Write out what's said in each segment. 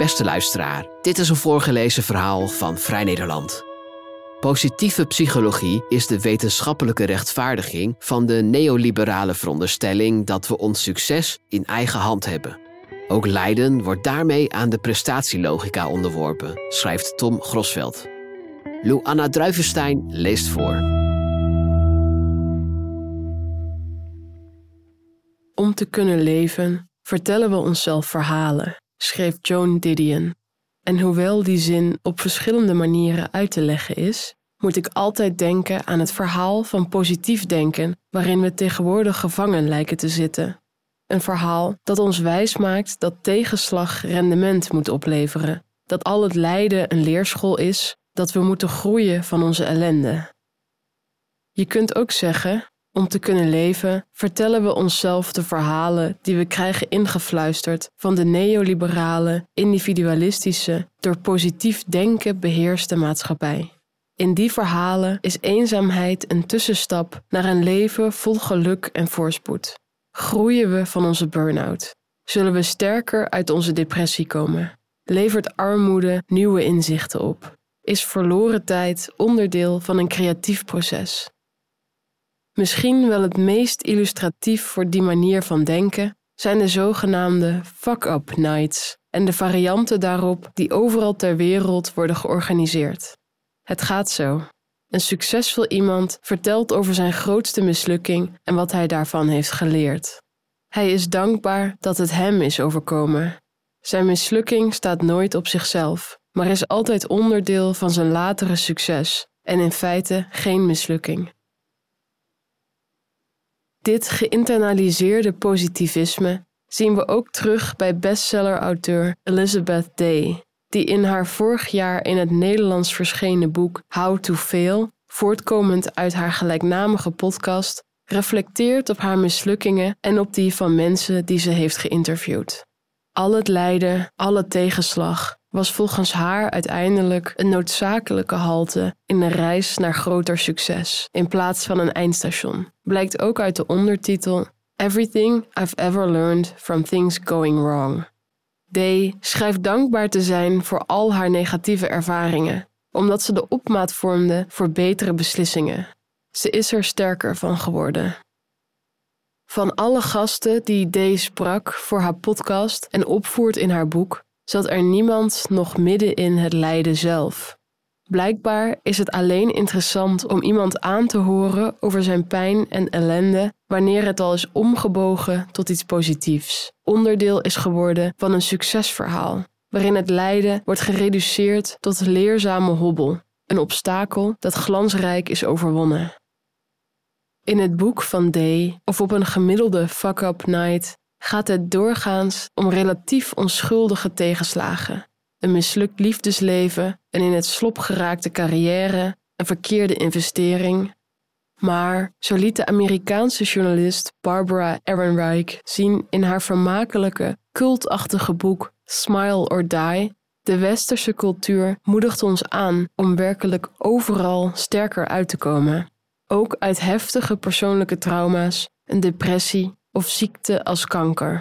Beste luisteraar, dit is een voorgelezen verhaal van Vrij Nederland. Positieve psychologie is de wetenschappelijke rechtvaardiging van de neoliberale veronderstelling dat we ons succes in eigen hand hebben. Ook lijden wordt daarmee aan de prestatielogica onderworpen, schrijft Tom Grosveld. Lou-Anna Druivenstein leest voor. Om te kunnen leven, vertellen we onszelf verhalen, schreef Joan Didion. En hoewel die zin op verschillende manieren uit te leggen is, moet ik altijd denken aan het verhaal van positief denken, waarin we tegenwoordig gevangen lijken te zitten. Een verhaal dat ons wijsmaakt dat tegenslag rendement moet opleveren, dat al het lijden een leerschool is, dat we moeten groeien van onze ellende. Je kunt ook zeggen, om te kunnen leven, vertellen we onszelf de verhalen die we krijgen ingefluisterd van de neoliberale, individualistische, door positief denken beheerste maatschappij. In die verhalen is eenzaamheid een tussenstap naar een leven vol geluk en voorspoed. Groeien we van onze burn-out? Zullen we sterker uit onze depressie komen? Levert armoede nieuwe inzichten op? Is verloren tijd onderdeel van een creatief proces? Misschien wel het meest illustratief voor die manier van denken zijn de zogenaamde fuck-up nights en de varianten daarop die overal ter wereld worden georganiseerd. Het gaat zo. Een succesvol iemand vertelt over zijn grootste mislukking en wat hij daarvan heeft geleerd. Hij is dankbaar dat het hem is overkomen. Zijn mislukking staat nooit op zichzelf, maar is altijd onderdeel van zijn latere succes en in feite geen mislukking. Dit geïnternaliseerde positivisme zien we ook terug bij bestseller-auteur Elizabeth Day, die in haar vorig jaar in het Nederlands verschenen boek How to Fail, voortkomend uit haar gelijknamige podcast, reflecteert op haar mislukkingen en op die van mensen die ze heeft geïnterviewd. Al het lijden, alle tegenslag was volgens haar uiteindelijk een noodzakelijke halte in de reis naar groter succes, in plaats van een eindstation. Blijkt ook uit de ondertitel Everything I've Ever Learned from Things Going Wrong. Day schrijft dankbaar te zijn voor al haar negatieve ervaringen, omdat ze de opmaat vormden voor betere beslissingen. Ze is er sterker van geworden. Van alle gasten die Day sprak voor haar podcast en opvoert in haar boek, zat er niemand nog midden in het lijden zelf. Blijkbaar is het alleen interessant om iemand aan te horen over zijn pijn en ellende wanneer het al is omgebogen tot iets positiefs. Onderdeel is geworden van een succesverhaal, waarin het lijden wordt gereduceerd tot leerzame hobbel, een obstakel dat glansrijk is overwonnen. In het boek van Day, of op een gemiddelde fuck-up night, gaat het doorgaans om relatief onschuldige tegenslagen. Een mislukt liefdesleven, een in het slop geraakte carrière, een verkeerde investering. Maar, zo liet de Amerikaanse journalist Barbara Ehrenreich zien in haar vermakelijke, cultachtige boek Smile or Die, de westerse cultuur moedigt ons aan om werkelijk overal sterker uit te komen. Ook uit heftige persoonlijke trauma's, een depressie of ziekte als kanker.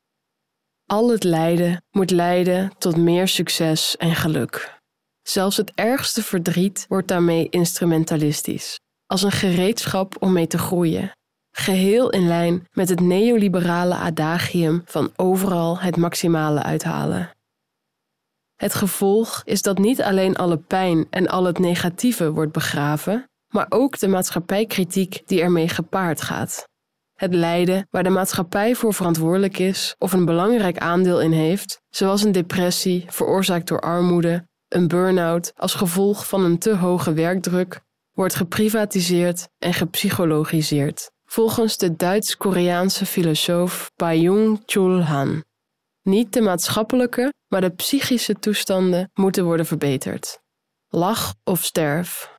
Al het lijden moet leiden tot meer succes en geluk. Zelfs het ergste verdriet wordt daarmee instrumentalistisch, als een gereedschap om mee te groeien. Geheel in lijn met het neoliberale adagium van overal het maximale uithalen. Het gevolg is dat niet alleen alle pijn en al het negatieve wordt begraven, maar ook de maatschappijkritiek die ermee gepaard gaat. Het lijden waar de maatschappij voor verantwoordelijk is of een belangrijk aandeel in heeft, zoals een depressie veroorzaakt door armoede, een burn-out als gevolg van een te hoge werkdruk, wordt geprivatiseerd en gepsychologiseerd, volgens de Duits-Koreaanse filosoof Byung-Chul Han. Niet de maatschappelijke, maar de psychische toestanden moeten worden verbeterd. Lach of sterf.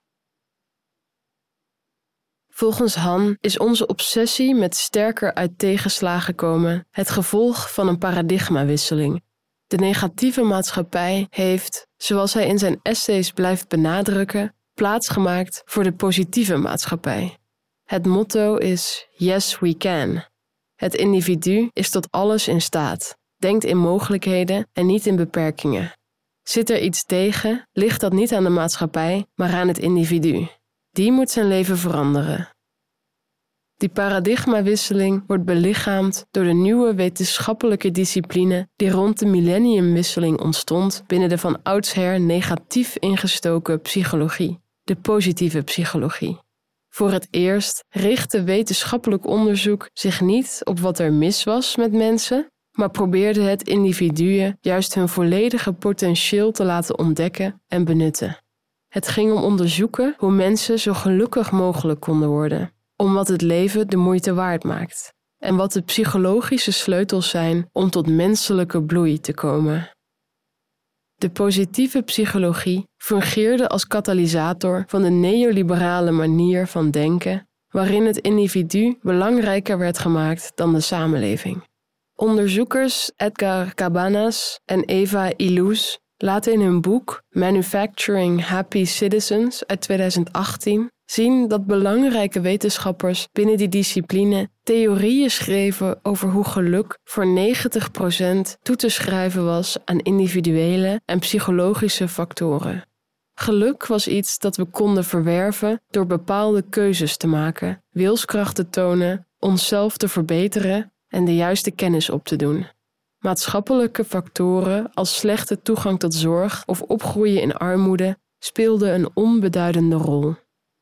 Volgens Han is onze obsessie met sterker uit tegenslagen komen het gevolg van een paradigmawisseling. De negatieve maatschappij heeft, zoals hij in zijn essays blijft benadrukken, plaatsgemaakt voor de positieve maatschappij. Het motto is Yes, we can. Het individu is tot alles in staat. denkt in mogelijkheden en niet in beperkingen. Zit er iets tegen, ligt dat niet aan de maatschappij, maar aan het individu. Die moet zijn leven veranderen. Die paradigmawisseling wordt belichaamd door de nieuwe wetenschappelijke discipline die rond de millenniumwisseling ontstond binnen de van oudsher negatief ingestoken psychologie, de positieve psychologie. Voor het eerst richtte wetenschappelijk onderzoek zich niet op wat er mis was met mensen, maar probeerde het individuen juist hun volledige potentieel te laten ontdekken en benutten. Het ging om onderzoeken hoe mensen zo gelukkig mogelijk konden worden, om wat het leven de moeite waard maakt, en wat de psychologische sleutels zijn om tot menselijke bloei te komen. De positieve psychologie fungeerde als katalysator van de neoliberale manier van denken, waarin het individu belangrijker werd gemaakt dan de samenleving. Onderzoekers Edgar Cabanas en Eva Illouz laten in hun boek Manufacturing Happy Citizens uit 2018 zien dat belangrijke wetenschappers binnen die discipline theorieën schreven over hoe geluk voor 90% toe te schrijven was aan individuele en psychologische factoren. Geluk was iets dat we konden verwerven door bepaalde keuzes te maken, wilskracht te tonen, onszelf te verbeteren en de juiste kennis op te doen. Maatschappelijke factoren als slechte toegang tot zorg of opgroeien in armoede speelden een onbeduidende rol.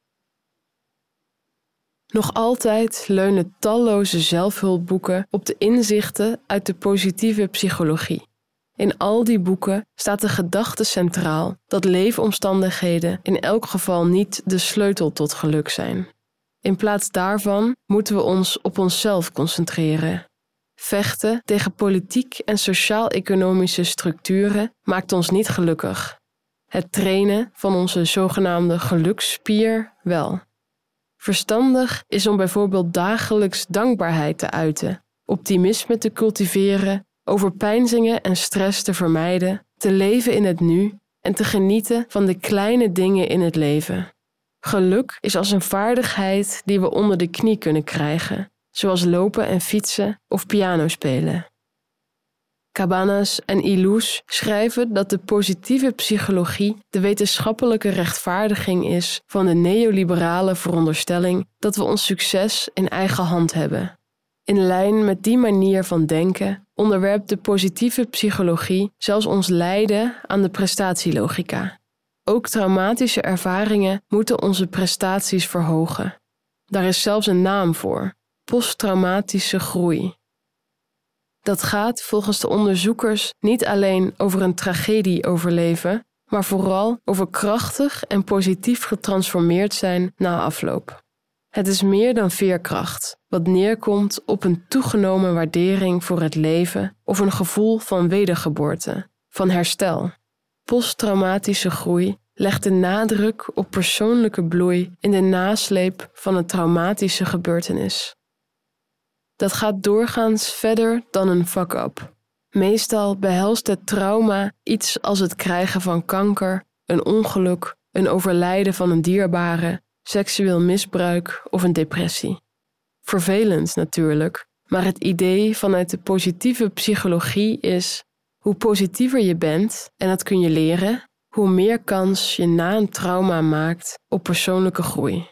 Nog altijd leunen talloze zelfhulpboeken op de inzichten uit de positieve psychologie. In al die boeken staat de gedachte centraal dat leefomstandigheden in elk geval niet de sleutel tot geluk zijn. In plaats daarvan moeten we ons op onszelf concentreren. Vechten tegen politiek en sociaal-economische structuren maakt ons niet gelukkig. Het trainen van onze zogenaamde geluksspier wel. Verstandig is om bijvoorbeeld dagelijks dankbaarheid te uiten, optimisme te cultiveren, overpeinzingen en stress te vermijden, te leven in het nu en te genieten van de kleine dingen in het leven. Geluk is als een vaardigheid die we onder de knie kunnen krijgen, zoals lopen en fietsen of piano spelen. Cabanas en Illouz schrijven dat de positieve psychologie de wetenschappelijke rechtvaardiging is van de neoliberale veronderstelling dat we ons succes in eigen hand hebben. In lijn met die manier van denken onderwerpt de positieve psychologie zelfs ons lijden aan de prestatielogica. Ook traumatische ervaringen moeten onze prestaties verhogen. Daar is zelfs een naam voor: posttraumatische groei. Dat gaat volgens de onderzoekers niet alleen over een tragedie overleven, maar vooral over krachtig en positief getransformeerd zijn na afloop. Het is meer dan veerkracht, wat neerkomt op een toegenomen waardering voor het leven of een gevoel van wedergeboorte, van herstel. Posttraumatische groei legt de nadruk op persoonlijke bloei in de nasleep van een traumatische gebeurtenis. Dat gaat doorgaans verder dan een fuck-up. Meestal behelst het trauma iets als het krijgen van kanker, een ongeluk, een overlijden van een dierbare, seksueel misbruik of een depressie. Vervelend natuurlijk, maar het idee vanuit de positieve psychologie is: hoe positiever je bent, en dat kun je leren, hoe meer kans je na een trauma maakt op persoonlijke groei.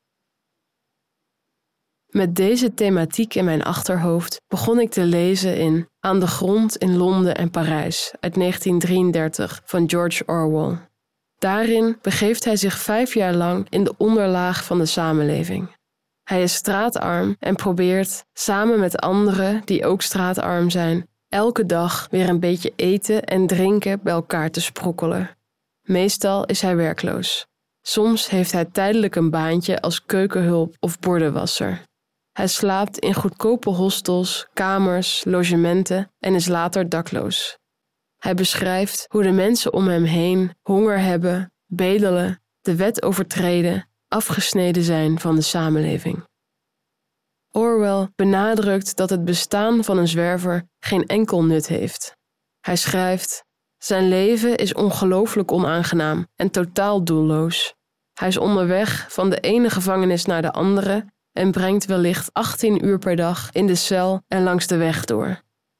Met deze thematiek in mijn achterhoofd begon ik te lezen in Aan de grond in Londen en Parijs uit 1933 van George Orwell. Daarin begeeft hij zich 5 jaar lang in de onderlaag van de samenleving. Hij is straatarm en probeert, samen met anderen die ook straatarm zijn, elke dag weer een beetje eten en drinken bij elkaar te sprokkelen. Meestal is hij werkloos. Soms heeft hij tijdelijk een baantje als keukenhulp of bordenwasser. Hij slaapt in goedkope hostels, kamers, logementen en is later dakloos. Hij beschrijft hoe de mensen om hem heen honger hebben, bedelen, de wet overtreden, afgesneden zijn van de samenleving. Orwell benadrukt dat het bestaan van een zwerver geen enkel nut heeft. Hij schrijft: zijn leven is ongelooflijk onaangenaam en totaal doelloos. Hij is onderweg van de ene gevangenis naar de andere en brengt wellicht 18 uur per dag in de cel en langs de weg door.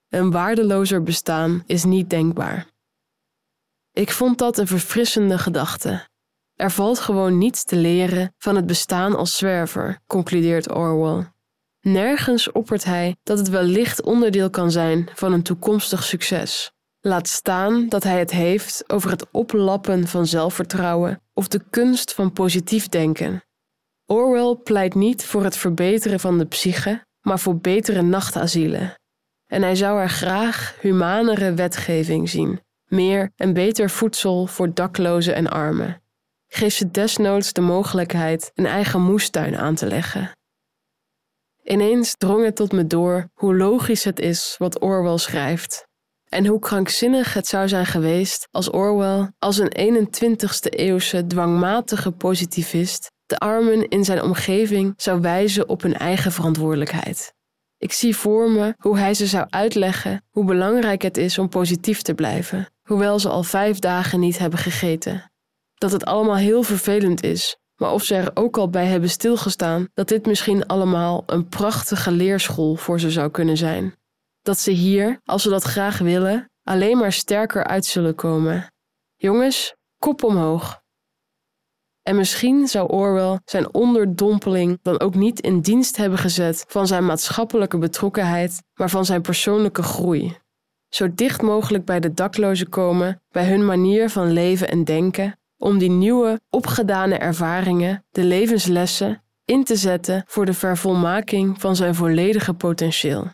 Een waardelozer bestaan is niet denkbaar. Ik vond dat een verfrissende gedachte. Er valt gewoon niets te leren van het bestaan als zwerver, concludeert Orwell. Nergens oppert hij dat het wellicht onderdeel kan zijn van een toekomstig succes. Laat staan dat hij het heeft over het oplappen van zelfvertrouwen of de kunst van positief denken. Orwell pleit niet voor het verbeteren van de psyche, maar voor betere nachtasielen. En hij zou er graag humanere wetgeving zien, meer en beter voedsel voor daklozen en armen. Geef ze desnoods de mogelijkheid een eigen moestuin aan te leggen. Ineens drong het tot me door hoe logisch het is wat Orwell schrijft. En hoe krankzinnig het zou zijn geweest als Orwell, als een 21ste-eeuwse dwangmatige positivist, de armen in zijn omgeving zou wijzen op hun eigen verantwoordelijkheid. Ik zie voor me hoe hij ze zou uitleggen hoe belangrijk het is om positief te blijven, hoewel ze al 5 dagen niet hebben gegeten. Dat het allemaal heel vervelend is, maar of ze er ook al bij hebben stilgestaan dat dit misschien allemaal een prachtige leerschool voor ze zou kunnen zijn. Dat ze hier, als ze dat graag willen, alleen maar sterker uit zullen komen. Jongens, kop omhoog. En misschien zou Orwell zijn onderdompeling dan ook niet in dienst hebben gezet van zijn maatschappelijke betrokkenheid, maar van zijn persoonlijke groei. Zo dicht mogelijk bij de daklozen komen, bij hun manier van leven en denken, om die nieuwe, opgedane ervaringen, de levenslessen, in te zetten voor de vervolmaking van zijn volledige potentieel.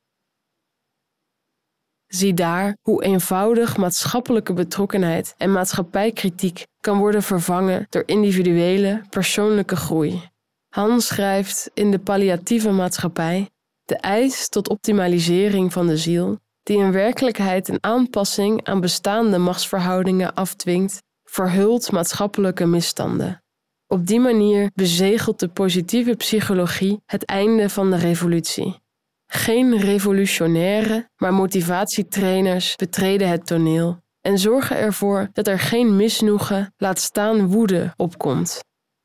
Zie daar hoe eenvoudig maatschappelijke betrokkenheid en maatschappijkritiek kan worden vervangen door individuele, persoonlijke groei. Han schrijft in De palliatieve maatschappij: de eis tot optimalisering van de ziel, die in werkelijkheid een aanpassing aan bestaande machtsverhoudingen afdwingt, verhult maatschappelijke misstanden. Op die manier bezegelt de positieve psychologie het einde van de revolutie. Geen revolutionaire, maar motivatietrainers betreden het toneel en zorgen ervoor dat er geen misnoegen, laat staan woede, opkomt.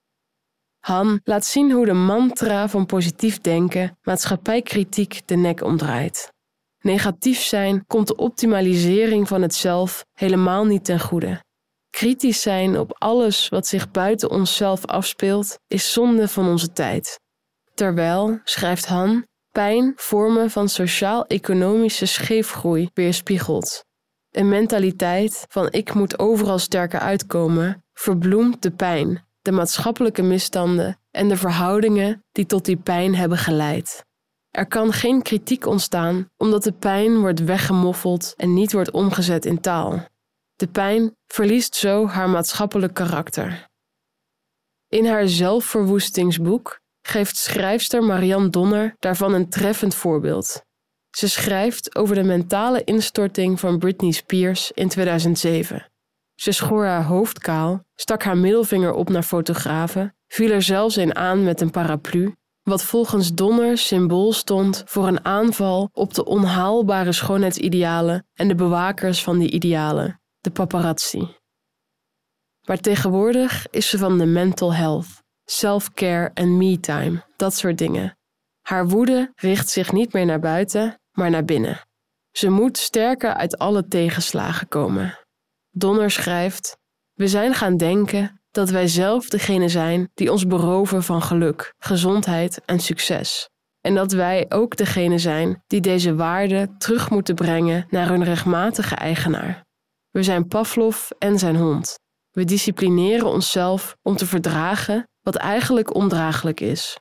Han laat zien hoe de mantra van positief denken maatschappijkritiek de nek omdraait. Negatief zijn komt de optimalisering van het zelf helemaal niet ten goede. Kritisch zijn op alles wat zich buiten onszelf afspeelt is zonde van onze tijd. Terwijl, schrijft Han, pijn vormen van sociaal-economische scheefgroei weerspiegelt. Een mentaliteit van ik moet overal sterker uitkomen verbloemt de pijn, de maatschappelijke misstanden en de verhoudingen die tot die pijn hebben geleid. Er kan geen kritiek ontstaan omdat de pijn wordt weggemoffeld en niet wordt omgezet in taal. De pijn verliest zo haar maatschappelijk karakter. In haar zelfverwoestingsboek geeft schrijfster Marianne Donner daarvan een treffend voorbeeld. Ze schrijft over de mentale instorting van Britney Spears in 2007. Ze schoor haar hoofd kaal, stak haar middelvinger op naar fotografen, viel er zelfs een aan met een paraplu, wat volgens Donner symbool stond voor een aanval op de onhaalbare schoonheidsidealen en de bewakers van die idealen, de paparazzi. Maar tegenwoordig is ze van de mental health, self-care en me-time, dat soort dingen. Haar woede richt zich niet meer naar buiten, maar naar binnen. Ze moet sterker uit alle tegenslagen komen. Donner schrijft: we zijn gaan denken dat wij zelf degene zijn die ons beroven van geluk, gezondheid en succes. En dat wij ook degene zijn die deze waarden terug moeten brengen naar hun rechtmatige eigenaar. We zijn Pavlov en zijn hond. We disciplineren onszelf om te verdragen wat eigenlijk ondraaglijk is.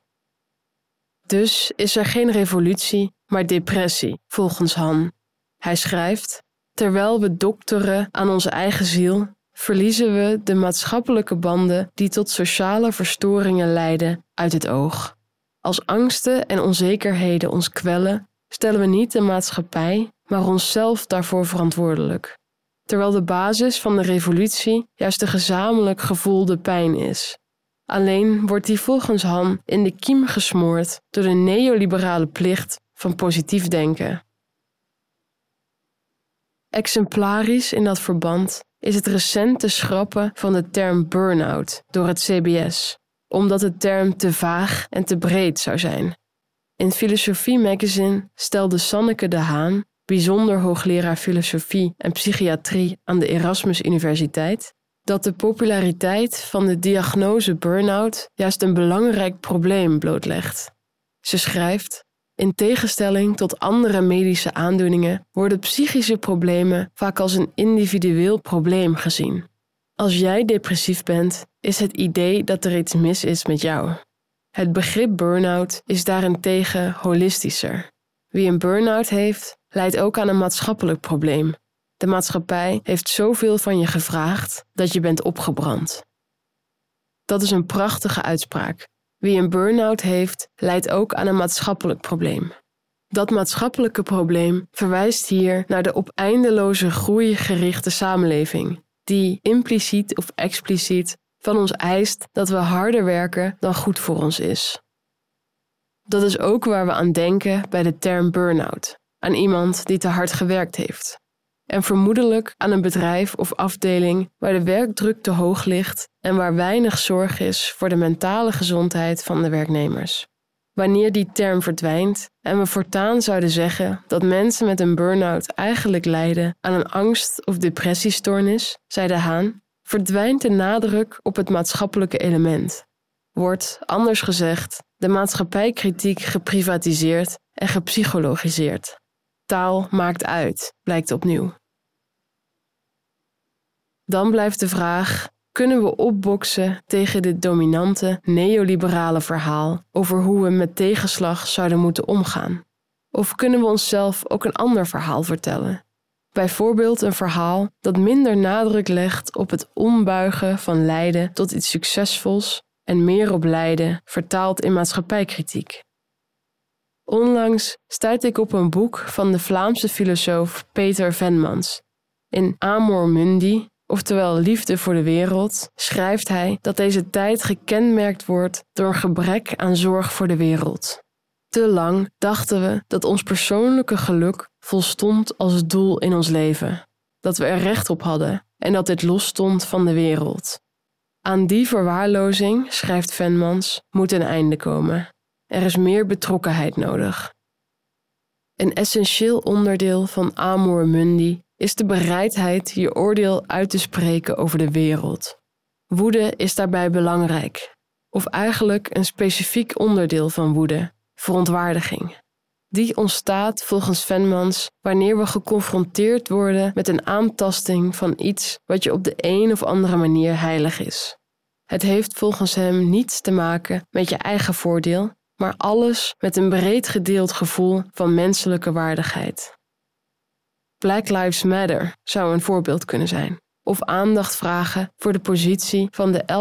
Dus is er geen revolutie, maar depressie, volgens Han. Hij schrijft: terwijl we dokteren aan onze eigen ziel, verliezen we de maatschappelijke banden die tot sociale verstoringen leiden uit het oog. Als angsten en onzekerheden ons kwellen, stellen we niet de maatschappij, maar onszelf daarvoor verantwoordelijk. Terwijl de basis van de revolutie juist de gezamenlijk gevoelde pijn is. Alleen wordt die volgens Han in de kiem gesmoord door de neoliberale plicht van positief denken. Exemplarisch in dat verband is het recente schrappen van de term burn-out door het CBS, omdat de term te vaag en te breed zou zijn. In Philosophie Magazine stelde Sanneke de Haan, bijzonder hoogleraar filosofie en psychiatrie aan de Erasmus Universiteit, dat de populariteit van de diagnose burn-out juist een belangrijk probleem blootlegt. Ze schrijft: in tegenstelling tot andere medische aandoeningen worden psychische problemen vaak als een individueel probleem gezien. Als jij depressief bent, is het idee dat er iets mis is met jou. Het begrip burn-out is daarentegen holistischer. Wie een burn-out heeft, lijdt ook aan een maatschappelijk probleem. De maatschappij heeft zoveel van je gevraagd dat je bent opgebrand. Dat is een prachtige uitspraak. Wie een burn-out heeft, lijdt ook aan een maatschappelijk probleem. Dat maatschappelijke probleem verwijst hier naar de op eindeloze groei gerichte samenleving, die impliciet of expliciet van ons eist dat we harder werken dan goed voor ons is. Dat is ook waar we aan denken bij de term burn-out, aan iemand die te hard gewerkt heeft. En vermoedelijk aan een bedrijf of afdeling waar de werkdruk te hoog ligt en waar weinig zorg is voor de mentale gezondheid van de werknemers. Wanneer die term verdwijnt en we voortaan zouden zeggen dat mensen met een burn-out eigenlijk lijden aan een angst- of depressiestoornis, zei De Haan, verdwijnt de nadruk op het maatschappelijke element. Wordt, anders gezegd, de maatschappijkritiek geprivatiseerd en gepsychologiseerd. Taal maakt uit, blijkt opnieuw. Dan blijft de vraag: kunnen we opboksen tegen dit dominante neoliberale verhaal over hoe we met tegenslag zouden moeten omgaan? Of kunnen we onszelf ook een ander verhaal vertellen? Bijvoorbeeld een verhaal dat minder nadruk legt op het ombuigen van lijden tot iets succesvols en meer op lijden vertaald in maatschappijkritiek. Onlangs stuitte ik op een boek van de Vlaamse filosoof Peter Venmans. In Amor Mundi, oftewel Liefde voor de wereld, schrijft hij dat deze tijd gekenmerkt wordt door een gebrek aan zorg voor de wereld. Te lang dachten we dat ons persoonlijke geluk volstond als het doel in ons leven, dat we er recht op hadden en dat dit losstond van de wereld. Aan die verwaarlozing, schrijft Venmans, moet een einde komen. Er is meer betrokkenheid nodig. Een essentieel onderdeel van Amor Mundi is de bereidheid je oordeel uit te spreken over de wereld. Woede is daarbij belangrijk, of eigenlijk een specifiek onderdeel van woede, verontwaardiging. Die ontstaat volgens Venmans wanneer we geconfronteerd worden met een aantasting van iets wat je op de een of andere manier heilig is. Het heeft volgens hem niets te maken met je eigen voordeel, maar alles met een breed gedeeld gevoel van menselijke waardigheid. Black Lives Matter zou een voorbeeld kunnen zijn, of aandacht vragen voor de positie van de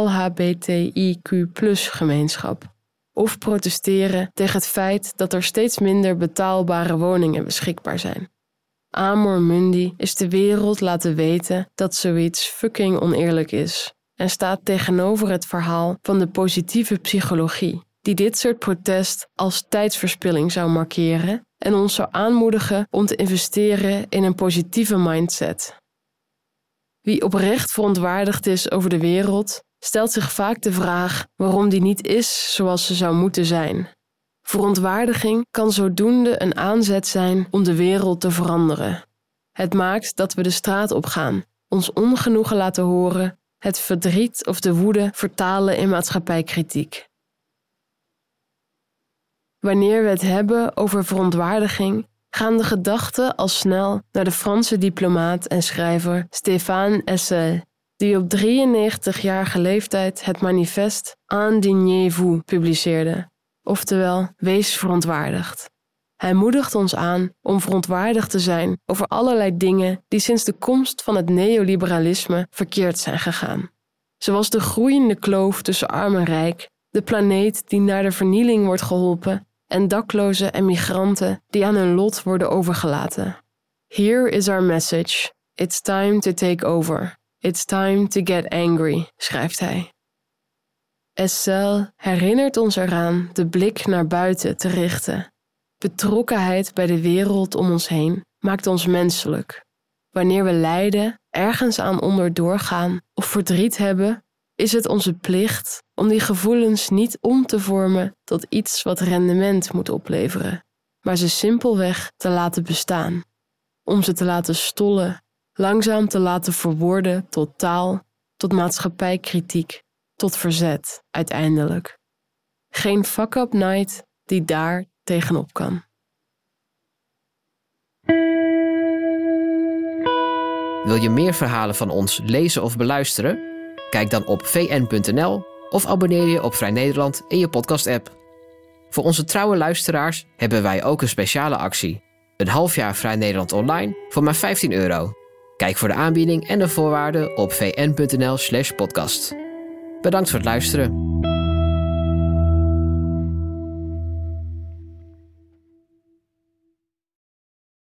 LHBTIQ+-gemeenschap, of protesteren tegen het feit dat er steeds minder betaalbare woningen beschikbaar zijn. Amor Mundi is de wereld laten weten dat zoiets fucking oneerlijk is en staat tegenover het verhaal van de positieve psychologie, die dit soort protest als tijdsverspilling zou markeren en ons zou aanmoedigen om te investeren in een positieve mindset. Wie oprecht verontwaardigd is over de wereld, stelt zich vaak de vraag waarom die niet is zoals ze zou moeten zijn. Verontwaardiging kan zodoende een aanzet zijn om de wereld te veranderen. Het maakt dat we de straat opgaan, ons ongenoegen laten horen, het verdriet of de woede vertalen in maatschappijkritiek. Wanneer we het hebben over verontwaardiging, gaan de gedachten al snel naar de Franse diplomaat en schrijver Stéphane Hessel, die op 93-jarige leeftijd het manifest Indignez-vous publiceerde, oftewel wees verontwaardigd. Hij moedigt ons aan om verontwaardigd te zijn over allerlei dingen die sinds de komst van het neoliberalisme verkeerd zijn gegaan. Zoals de groeiende kloof tussen arm en rijk, de planeet die naar de vernieling wordt geholpen en daklozen en migranten die aan hun lot worden overgelaten. Here is our message. It's time to take over. It's time to get angry, schrijft hij. Hessel herinnert ons eraan de blik naar buiten te richten. Betrokkenheid bij de wereld om ons heen maakt ons menselijk. Wanneer we lijden, ergens aan onderdoor gaan of verdriet hebben, is het onze plicht om die gevoelens niet om te vormen tot iets wat rendement moet opleveren, maar ze simpelweg te laten bestaan. om ze te laten stollen, langzaam te laten verwoorden tot taal, tot maatschappijkritiek, tot verzet uiteindelijk. Geen fuck-up night die daar tegenop kan. Wil je meer verhalen van ons lezen of beluisteren? Kijk dan op vn.nl of abonneer je op Vrij Nederland in je podcast-app. Voor onze trouwe luisteraars hebben wij ook een speciale actie. Een half jaar Vrij Nederland online voor maar €15. Kijk voor de aanbieding en de voorwaarden op vn.nl/podcast. Bedankt voor het luisteren.